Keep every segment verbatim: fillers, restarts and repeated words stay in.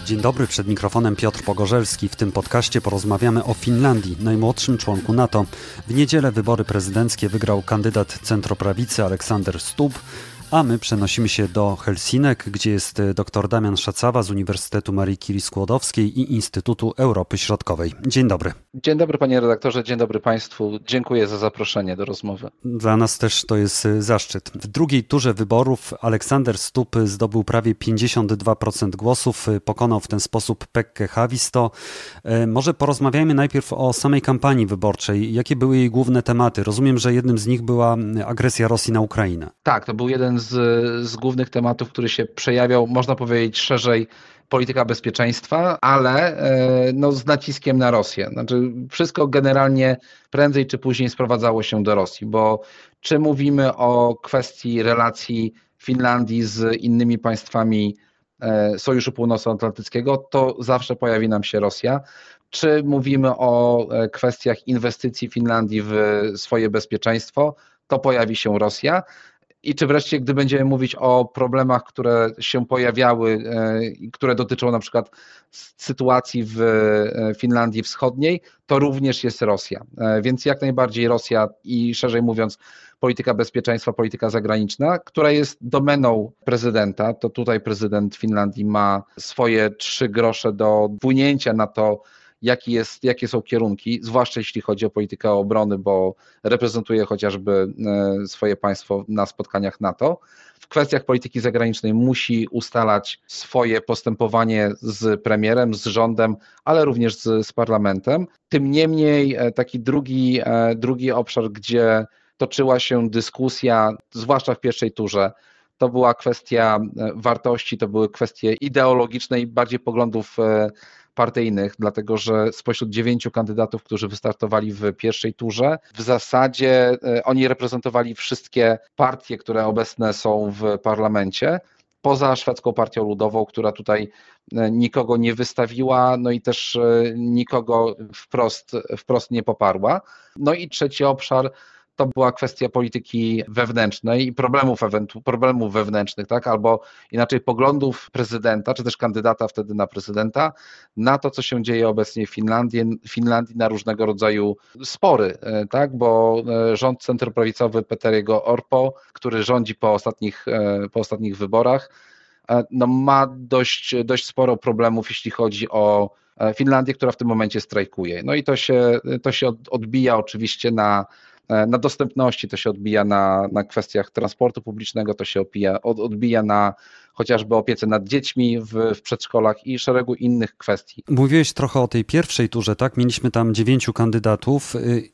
Dzień dobry, przed mikrofonem Piotr Pogorzelski. W tym podcaście porozmawiamy o Finlandii, najmłodszym członku NATO. W niedzielę wybory prezydenckie wygrał kandydat centroprawicy Aleksander Stubb, a my przenosimy się do Helsinek, gdzie jest dr Damian Szacawa z Uniwersytetu Marii Curie-Skłodowskiej i Instytutu Europy Środkowej. Dzień dobry. Dzień dobry panie redaktorze, dzień dobry państwu. Dziękuję za zaproszenie do rozmowy. Dla nas też to jest zaszczyt. W drugiej turze wyborów Aleksander Stubb zdobył prawie pięćdziesiąt dwa procent głosów, pokonał w ten sposób Pekkę Haavisto. Może porozmawiajmy najpierw o samej kampanii wyborczej. Jakie były jej główne tematy? Rozumiem, że jednym z nich była agresja Rosji na Ukrainę. Tak, to był jeden z, z głównych tematów, który się przejawiał, można powiedzieć szerzej, polityka bezpieczeństwa, ale no, z naciskiem na Rosję. Znaczy, wszystko generalnie prędzej czy później sprowadzało się do Rosji, bo czy mówimy o kwestii relacji Finlandii z innymi państwami Sojuszu Północnoatlantyckiego, to zawsze pojawi nam się Rosja. Czy mówimy o kwestiach inwestycji Finlandii w swoje bezpieczeństwo, to pojawi się Rosja. I czy wreszcie, gdy będziemy mówić o problemach, które się pojawiały, które dotyczą na przykład sytuacji w Finlandii Wschodniej, to również jest Rosja. Więc jak najbardziej Rosja i szerzej mówiąc polityka bezpieczeństwa, polityka zagraniczna, która jest domeną prezydenta, to tutaj prezydent Finlandii ma swoje trzy grosze do wpłynięcia na to, Jaki jest, jakie są kierunki, zwłaszcza jeśli chodzi o politykę obrony, bo reprezentuje chociażby swoje państwo na spotkaniach NATO. W kwestiach polityki zagranicznej musi ustalać swoje postępowanie z premierem, z rządem, ale również z, z parlamentem. Tym niemniej taki drugi, drugi obszar, gdzie toczyła się dyskusja, zwłaszcza w pierwszej turze, to była kwestia wartości, to były kwestie ideologiczne i bardziej poglądów partyjnych, dlatego że spośród dziewięciu kandydatów, którzy wystartowali w pierwszej turze, w zasadzie oni reprezentowali wszystkie partie, które obecne są w parlamencie, poza Szwedzką Partią Ludową, która tutaj nikogo nie wystawiła, no i też nikogo wprost, wprost nie poparła. No i trzeci obszar to była kwestia polityki wewnętrznej i problemów, problemów wewnętrznych, tak? Albo inaczej poglądów prezydenta, czy też kandydata wtedy na prezydenta, na to, co się dzieje obecnie w Finlandii, Finlandii na różnego rodzaju spory, tak? Bo rząd centroprawicowy Peteriego Orpo, który rządzi po ostatnich, po ostatnich wyborach, no ma dość, dość sporo problemów, jeśli chodzi o Finlandię, która w tym momencie strajkuje. No i to się, to się odbija oczywiście na Na dostępności, to się odbija na, na kwestiach transportu publicznego, to się odbija, od, odbija na chociażby opiece nad dziećmi w, w przedszkolach i szeregu innych kwestii. Mówiłeś trochę o tej pierwszej turze, tak? Mieliśmy tam dziewięciu kandydatów.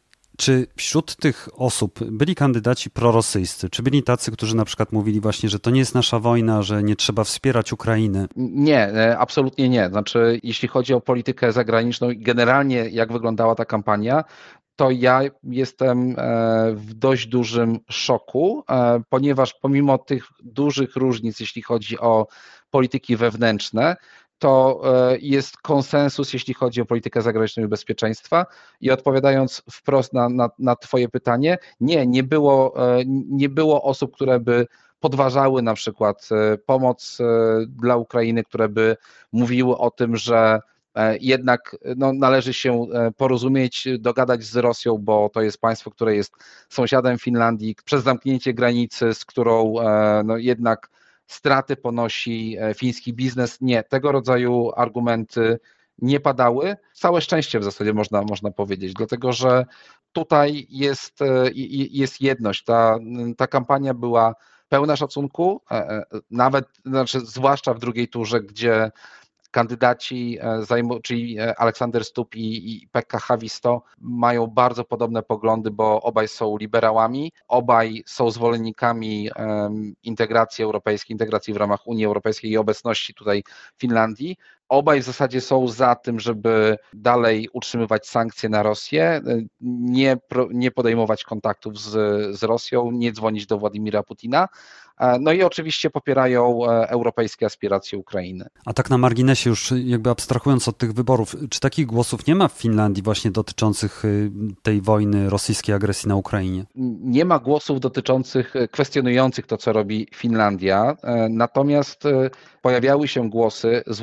Czy wśród tych osób byli kandydaci prorosyjscy? Czy byli tacy, którzy na przykład mówili właśnie, że to nie jest nasza wojna, że nie trzeba wspierać Ukrainy? Nie, absolutnie nie. Znaczy, jeśli chodzi o politykę zagraniczną i generalnie jak wyglądała ta kampania, to ja jestem w dość dużym szoku, ponieważ pomimo tych dużych różnic, jeśli chodzi o polityki wewnętrzne, to jest konsensus, jeśli chodzi o politykę zagraniczną i bezpieczeństwa. I odpowiadając wprost na, na, na Twoje pytanie, nie, nie było, nie było osób, które by podważały na przykład pomoc dla Ukrainy, które by mówiły o tym, że jednak no, należy się porozumieć, dogadać z Rosją, bo to jest państwo, które jest sąsiadem Finlandii, przez zamknięcie granicy, z którą no, jednak straty ponosi fiński biznes. Nie, tego rodzaju argumenty nie padały. Całe szczęście w zasadzie można, można powiedzieć, dlatego że tutaj jest, jest jedność. Ta, ta kampania była pełna szacunku, nawet, znaczy zwłaszcza w drugiej turze, gdzie kandydaci, czyli Aleksander Stubb i, i Pekka Haavisto, mają bardzo podobne poglądy, bo obaj są liberałami, obaj są zwolennikami integracji europejskiej, integracji w ramach Unii Europejskiej i obecności tutaj Finlandii. Obaj w zasadzie są za tym, żeby dalej utrzymywać sankcje na Rosję, nie, nie podejmować kontaktów z, z Rosją, nie dzwonić do Władimira Putina. No i oczywiście popierają europejskie aspiracje Ukrainy. A tak na marginesie, już jakby abstrahując od tych wyborów, czy takich głosów nie ma w Finlandii właśnie dotyczących tej wojny, rosyjskiej agresji na Ukrainie? Nie ma głosów dotyczących, kwestionujących to, co robi Finlandia, natomiast pojawiały się głosy, zwłaszcza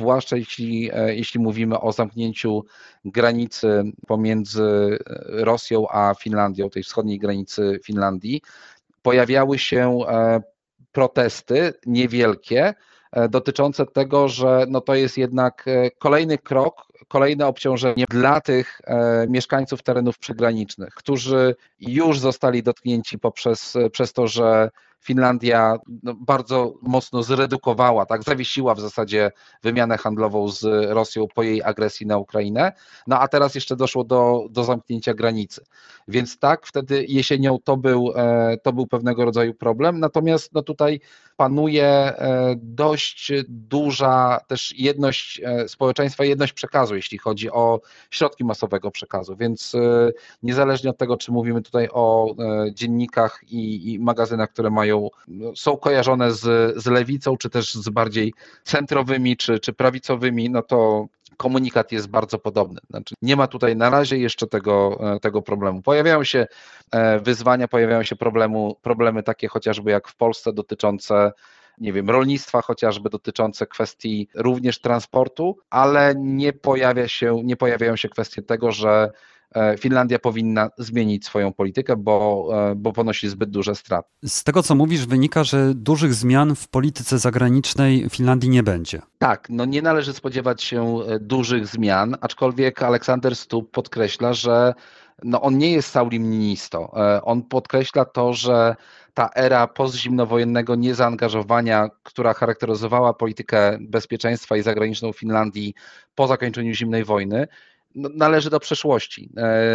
jeśli, jeśli mówimy o zamknięciu granicy pomiędzy Rosją a Finlandią, tej wschodniej granicy Finlandii, pojawiały się protesty niewielkie dotyczące tego, że no to jest jednak kolejny krok, kolejne obciążenie dla tych mieszkańców terenów przygranicznych, którzy już zostali dotknięci poprzez, przez to, że Finlandia no, bardzo mocno zredukowała, tak, zawiesiła w zasadzie wymianę handlową z Rosją po jej agresji na Ukrainę, no a teraz jeszcze doszło do, do zamknięcia granicy. Więc tak, wtedy jesienią to był, to był pewnego rodzaju problem, natomiast no tutaj panuje dość duża też jedność społeczeństwa, jedność przekazu, jeśli chodzi o środki masowego przekazu, więc niezależnie od tego, czy mówimy tutaj o dziennikach i, i magazynach, które mają, są kojarzone z, z lewicą, czy też z bardziej centrowymi, czy, czy prawicowymi, no to komunikat jest bardzo podobny. Znaczy, nie ma tutaj na razie jeszcze tego, tego problemu. Pojawiają się wyzwania, pojawiają się problemu, problemy takie chociażby jak w Polsce dotyczące, nie wiem, rolnictwa chociażby, dotyczące kwestii również transportu, ale nie pojawia się, nie pojawiają się kwestie tego, że Finlandia powinna zmienić swoją politykę, bo, bo ponosi zbyt duże straty. Z tego, co mówisz, wynika, że dużych zmian w polityce zagranicznej Finlandii nie będzie. Tak, no nie należy spodziewać się dużych zmian, aczkolwiek Aleksander Stubb podkreśla, że no on nie jest Saulim Niinisto. On podkreśla to, że ta era postzimnowojennego niezaangażowania, która charakteryzowała politykę bezpieczeństwa i zagraniczną Finlandii po zakończeniu zimnej wojny, należy do przeszłości.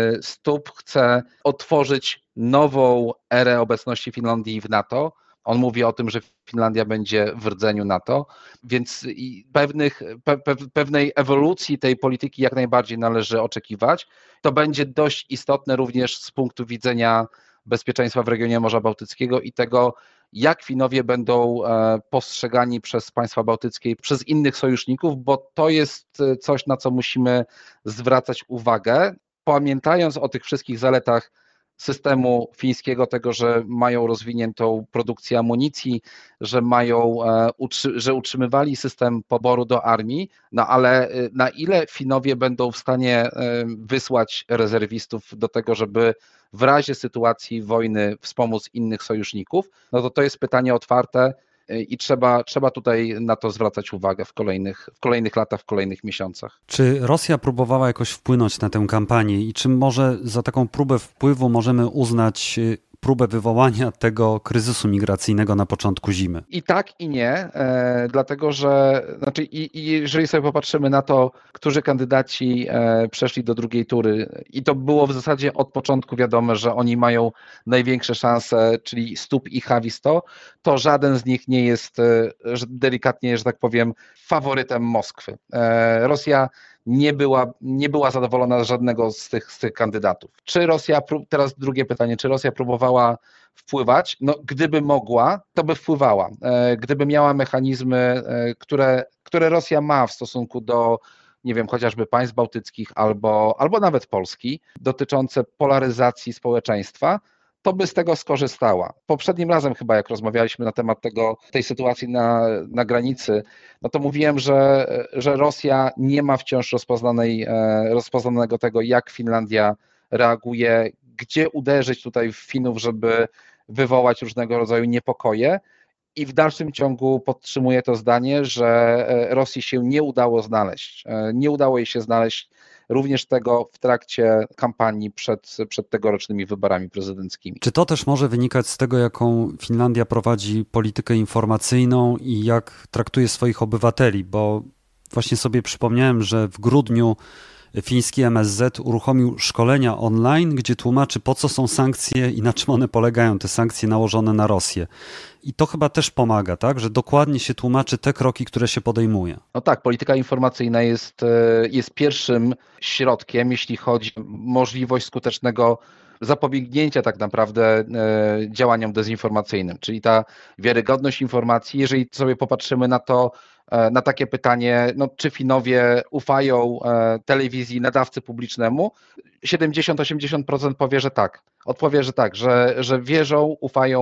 Stubb chce otworzyć nową erę obecności Finlandii w NATO. On mówi o tym, że Finlandia będzie w rdzeniu NATO, więc pewnych, pe, pe, pewnej ewolucji tej polityki jak najbardziej należy oczekiwać. To będzie dość istotne również z punktu widzenia bezpieczeństwa w regionie Morza Bałtyckiego i tego, jak Finowie będą postrzegani przez państwa bałtyckie i przez innych sojuszników, bo to jest coś, na co musimy zwracać uwagę, pamiętając o tych wszystkich zaletach systemu fińskiego, tego, że mają rozwiniętą produkcję amunicji, że mają, że utrzymywali system poboru do armii, no ale na ile Finowie będą w stanie wysłać rezerwistów do tego, żeby w razie sytuacji wojny wspomóc innych sojuszników, no to to jest pytanie otwarte i trzeba, trzeba tutaj na to zwracać uwagę w kolejnych, w kolejnych latach, w kolejnych miesiącach. Czy Rosja próbowała jakoś wpłynąć na tę kampanię i czy może za taką próbę wpływu możemy uznać próbę wywołania tego kryzysu migracyjnego na początku zimy? I tak, i nie, e, dlatego że znaczy, i, i jeżeli sobie popatrzymy na to, którzy kandydaci e, przeszli do drugiej tury, i to było w zasadzie od początku wiadome, że oni mają największe szanse, czyli Stubb i Haavisto, to żaden z nich nie jest, e, delikatnie, że tak powiem, faworytem Moskwy. E, Rosja nie była, nie była zadowolona z żadnego z tych, z tych kandydatów. Czy Rosja, teraz drugie pytanie, czy Rosja próbowała wpływać? No, gdyby mogła, to by wpływała. Gdyby miała mechanizmy, które, które Rosja ma w stosunku do, nie wiem, chociażby państw bałtyckich albo, albo nawet Polski, dotyczące polaryzacji społeczeństwa, to by z tego skorzystała. Poprzednim razem chyba, jak rozmawialiśmy na temat tego, tej sytuacji na, na granicy, no to mówiłem, że, że Rosja nie ma wciąż rozpoznanej, rozpoznanego tego, jak Finlandia reaguje, gdzie uderzyć tutaj w Finów, żeby wywołać różnego rodzaju niepokoje. I w dalszym ciągu podtrzymuję to zdanie, że Rosji się nie udało znaleźć. Nie udało jej się znaleźć również tego w trakcie kampanii przed, przed tegorocznymi wyborami prezydenckimi. Czy to też może wynikać z tego, jaką Finlandia prowadzi politykę informacyjną i jak traktuje swoich obywateli? Bo właśnie sobie przypomniałem, że w grudniu fiński M S Z uruchomił szkolenia online, gdzie tłumaczy, po co są sankcje i na czym one polegają, te sankcje nałożone na Rosję. I to chyba też pomaga, tak, że dokładnie się tłumaczy te kroki, które się podejmuje. No tak, polityka informacyjna jest, jest pierwszym środkiem, jeśli chodzi o możliwość skutecznego zapobiegnięcia tak naprawdę działaniom dezinformacyjnym, czyli ta wiarygodność informacji, jeżeli sobie popatrzymy na to, na takie pytanie, no, czy Finowie ufają telewizji, nadawcy publicznemu, siedemdziesiąt do osiemdziesięciu procent powie, że tak. Odpowie, że tak, że, że wierzą, ufają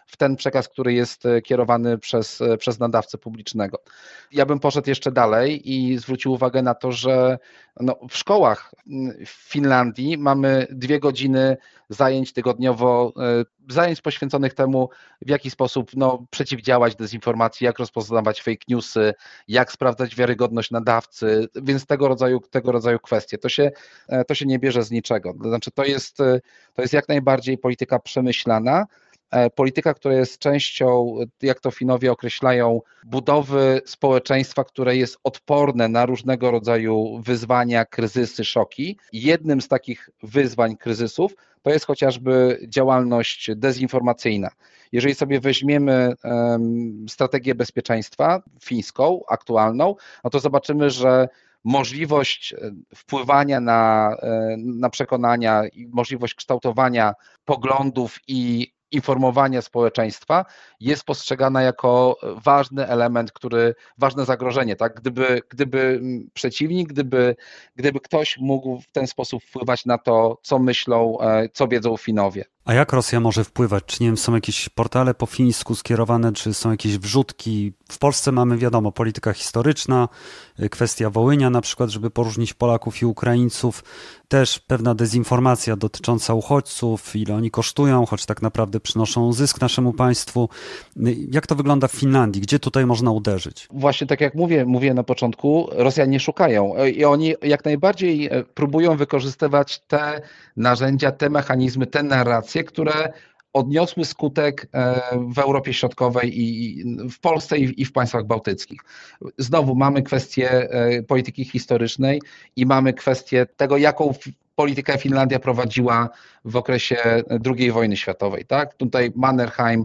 w ten przekaz, który jest kierowany przez, przez nadawcę publicznego. Ja bym poszedł jeszcze dalej i zwrócił uwagę na to, że no, w szkołach w Finlandii mamy dwie godziny zajęć tygodniowo, zajęć poświęconych temu, w jaki sposób no, przeciwdziałać dezinformacji, jak rozpoznawać fake newsy, jak sprawdzać wiarygodność nadawcy, więc tego rodzaju, tego rodzaju kwestie. To się, to się nie bierze z niczego. To znaczy, to jest, to jest jak najbardziej polityka przemyślana, polityka, która jest częścią, jak to Finowie określają, budowy społeczeństwa, które jest odporne na różnego rodzaju wyzwania, kryzysy, szoki. Jednym z takich wyzwań, kryzysów to jest chociażby działalność dezinformacyjna. Jeżeli sobie weźmiemy um, strategię bezpieczeństwa fińską, aktualną, no to zobaczymy, że możliwość wpływania na, na przekonania i możliwość kształtowania poglądów i informowania społeczeństwa jest postrzegana jako ważny element, który, ważne zagrożenie, tak? Gdyby, gdyby przeciwnik, gdyby, gdyby ktoś mógł w ten sposób wpływać na to, co myślą, co wiedzą Finowie. A jak Rosja może wpływać? Czy nie wiem, są jakieś portale po fińsku skierowane, czy są jakieś wrzutki? W Polsce mamy, wiadomo, polityka historyczna, kwestia Wołynia na przykład, żeby poróżnić Polaków i Ukraińców. Też pewna dezinformacja dotycząca uchodźców, ile oni kosztują, choć tak naprawdę przynoszą zysk naszemu państwu. Jak to wygląda w Finlandii? Gdzie tutaj można uderzyć? Właśnie tak jak mówię, mówię na początku, Rosjanie szukają i oni jak najbardziej próbują wykorzystywać te narzędzia, te mechanizmy, te narracje, które odniosły skutek w Europie Środkowej i w Polsce i w państwach bałtyckich. Znowu mamy kwestię polityki historycznej i mamy kwestię tego, jaką politykę Finlandia prowadziła w okresie drugiej wojny światowej. Tak? Tutaj Mannerheim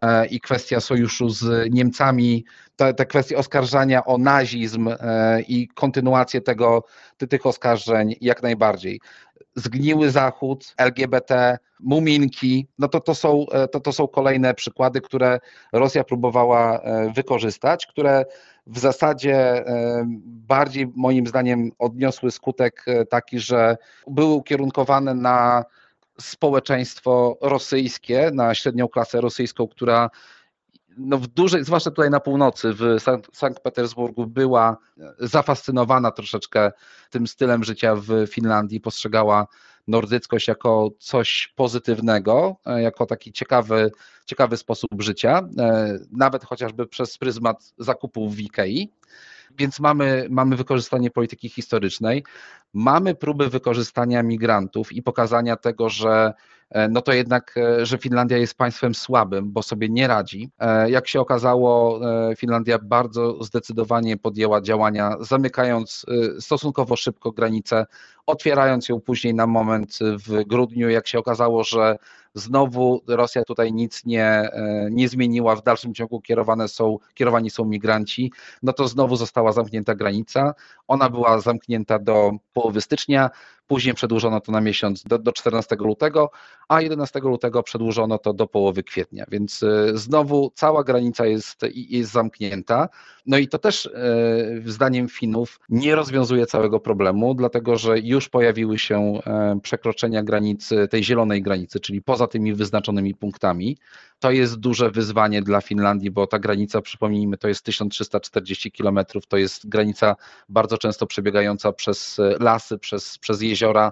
i kwestia sojuszu z Niemcami, te, te kwestie oskarżania o nazizm i kontynuację tego, tych oskarżeń jak najbardziej. Zgniły Zachód, L G B T, muminki, no to to są, to, to są kolejne przykłady, które Rosja próbowała wykorzystać, które w zasadzie bardziej moim zdaniem odniosły skutek taki, że były ukierunkowane na społeczeństwo rosyjskie, na średnią klasę rosyjską, która no w dużej, zwłaszcza tutaj na północy, w Sankt Petersburgu, była zafascynowana troszeczkę tym stylem życia w Finlandii, postrzegała nordyckość jako coś pozytywnego, jako taki ciekawy, ciekawy sposób życia, nawet chociażby przez pryzmat zakupów w Ikei. Więc mamy, mamy wykorzystanie polityki historycznej, mamy próby wykorzystania migrantów i pokazania tego, że no to jednak, że Finlandia jest państwem słabym, bo sobie nie radzi. Jak się okazało, Finlandia bardzo zdecydowanie podjęła działania, zamykając stosunkowo szybko granicę, otwierając ją później na moment w grudniu, jak się okazało, że znowu Rosja tutaj nic nie, nie zmieniła, w dalszym ciągu kierowane są, kierowani są migranci, no to znowu została zamknięta granica. Ona była zamknięta do połowy stycznia, później przedłużono to na miesiąc do, do czternastego lutego, a jedenastego lutego przedłużono to do połowy kwietnia, więc znowu cała granica jest, jest zamknięta. No i to też zdaniem Finów nie rozwiązuje całego problemu, dlatego że już pojawiły się przekroczenia granicy, tej zielonej granicy, czyli poza tymi wyznaczonymi punktami. To jest duże wyzwanie dla Finlandii, bo ta granica, przypomnijmy, to jest tysiąc trzysta czterdzieści kilometrów, to jest granica bardzo często przebiegająca przez lasy, przez, przez jeziora.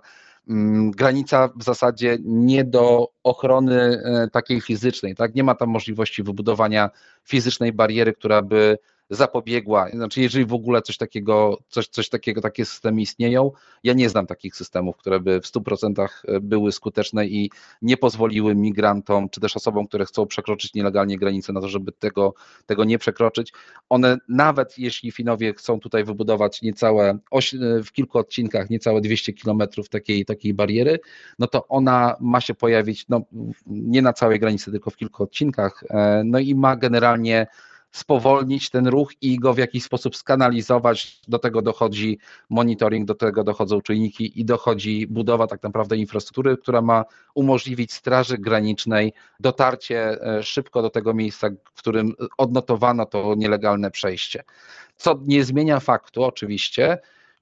Granica w zasadzie nie do ochrony takiej fizycznej, tak? Nie ma tam możliwości wybudowania fizycznej bariery, która by zapobiegła, znaczy jeżeli w ogóle coś takiego, coś, coś takiego, takie systemy istnieją, ja nie znam takich systemów, które by w stu procentach były skuteczne i nie pozwoliły migrantom, czy też osobom, które chcą przekroczyć nielegalnie granicę, na to, żeby tego, tego nie przekroczyć. One nawet jeśli Finowie chcą tutaj wybudować niecałe, w kilku odcinkach niecałe dwieście kilometrów takiej, takiej bariery, no to ona ma się pojawić no, nie na całej granicy, tylko w kilku odcinkach, no i ma generalnie spowolnić ten ruch i go w jakiś sposób skanalizować. Do tego dochodzi monitoring, do tego dochodzą czujniki i dochodzi budowa tak naprawdę infrastruktury, która ma umożliwić Straży Granicznej dotarcie szybko do tego miejsca, w którym odnotowano to nielegalne przejście. Co nie zmienia faktu oczywiście,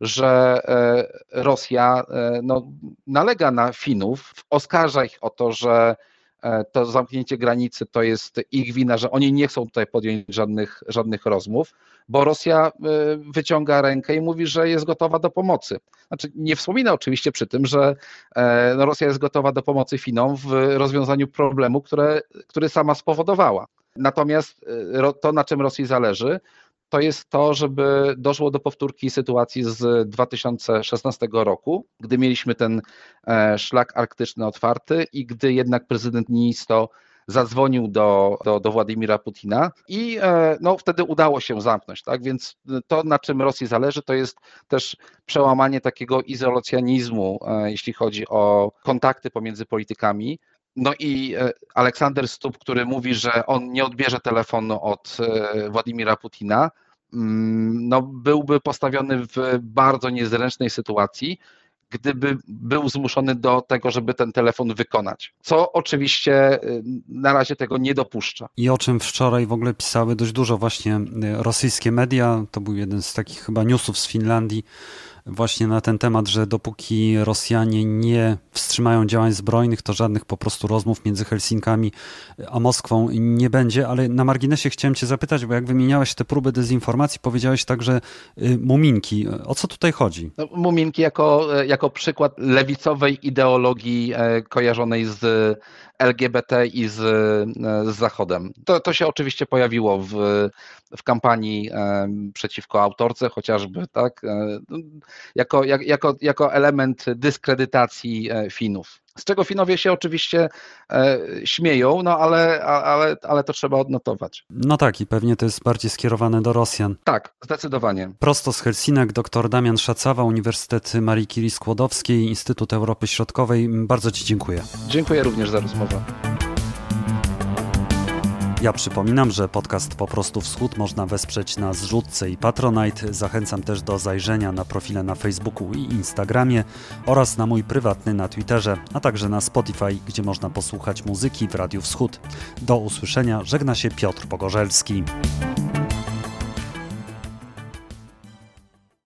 że Rosja no, nalega na Finów, oskarża ich o to, że to zamknięcie granicy to jest ich wina, że oni nie chcą tutaj podjąć żadnych, żadnych rozmów, bo Rosja wyciąga rękę i mówi, że jest gotowa do pomocy. Znaczy nie wspomina oczywiście przy tym, że no, Rosja jest gotowa do pomocy Finom w rozwiązaniu problemu, które, który sama spowodowała. Natomiast to, na czym Rosji zależy, to jest to, żeby doszło do powtórki sytuacji z dwa tysiące szesnastego roku, gdy mieliśmy ten szlak arktyczny otwarty i gdy jednak prezydent Niinisto zadzwonił do, do, do Władimira Putina i no, wtedy udało się zamknąć. Tak? Więc to, na czym Rosji zależy, to jest też przełamanie takiego izolacjonizmu, jeśli chodzi o kontakty pomiędzy politykami. No i Aleksander Stubb, który mówi, że on nie odbierze telefonu od Władimira Putina, no byłby postawiony w bardzo niezręcznej sytuacji, gdyby był zmuszony do tego, żeby ten telefon wykonać, co oczywiście na razie tego nie dopuszcza. I o czym wczoraj w ogóle pisały dość dużo właśnie rosyjskie media, to był jeden z takich chyba newsów z Finlandii, właśnie na ten temat, że dopóki Rosjanie nie wstrzymają działań zbrojnych, to żadnych po prostu rozmów między Helsinkami a Moskwą nie będzie, ale na marginesie chciałem cię zapytać, bo jak wymieniałeś te próby dezinformacji, powiedziałeś także muminki. O co tutaj chodzi? No, muminki jako, jako przykład lewicowej ideologii kojarzonej z L G B T i z, z Zachodem. To, to się oczywiście pojawiło w, w kampanii przeciwko autorce chociażby, tak? Jako, jak, jako, jako element dyskredytacji Finów. Z czego Finowie się oczywiście e, śmieją, no ale, ale, ale to trzeba odnotować. No tak, i pewnie to jest bardziej skierowane do Rosjan. Tak, zdecydowanie. Prosto z Helsinek dr Damian Szacawa, Uniwersytet Marii Curie Skłodowskiej, Instytut Europy Środkowej. Bardzo ci dziękuję. Dziękuję również za rozmowę. Ja przypominam, że podcast Po prostu Wschód można wesprzeć na Zrzutce i Patronite. Zachęcam też do zajrzenia na profile na Facebooku i Instagramie oraz na mój prywatny na Twitterze, a także na Spotify, gdzie można posłuchać muzyki w Radiu Wschód. Do usłyszenia, żegna się Piotr Pogorzelski.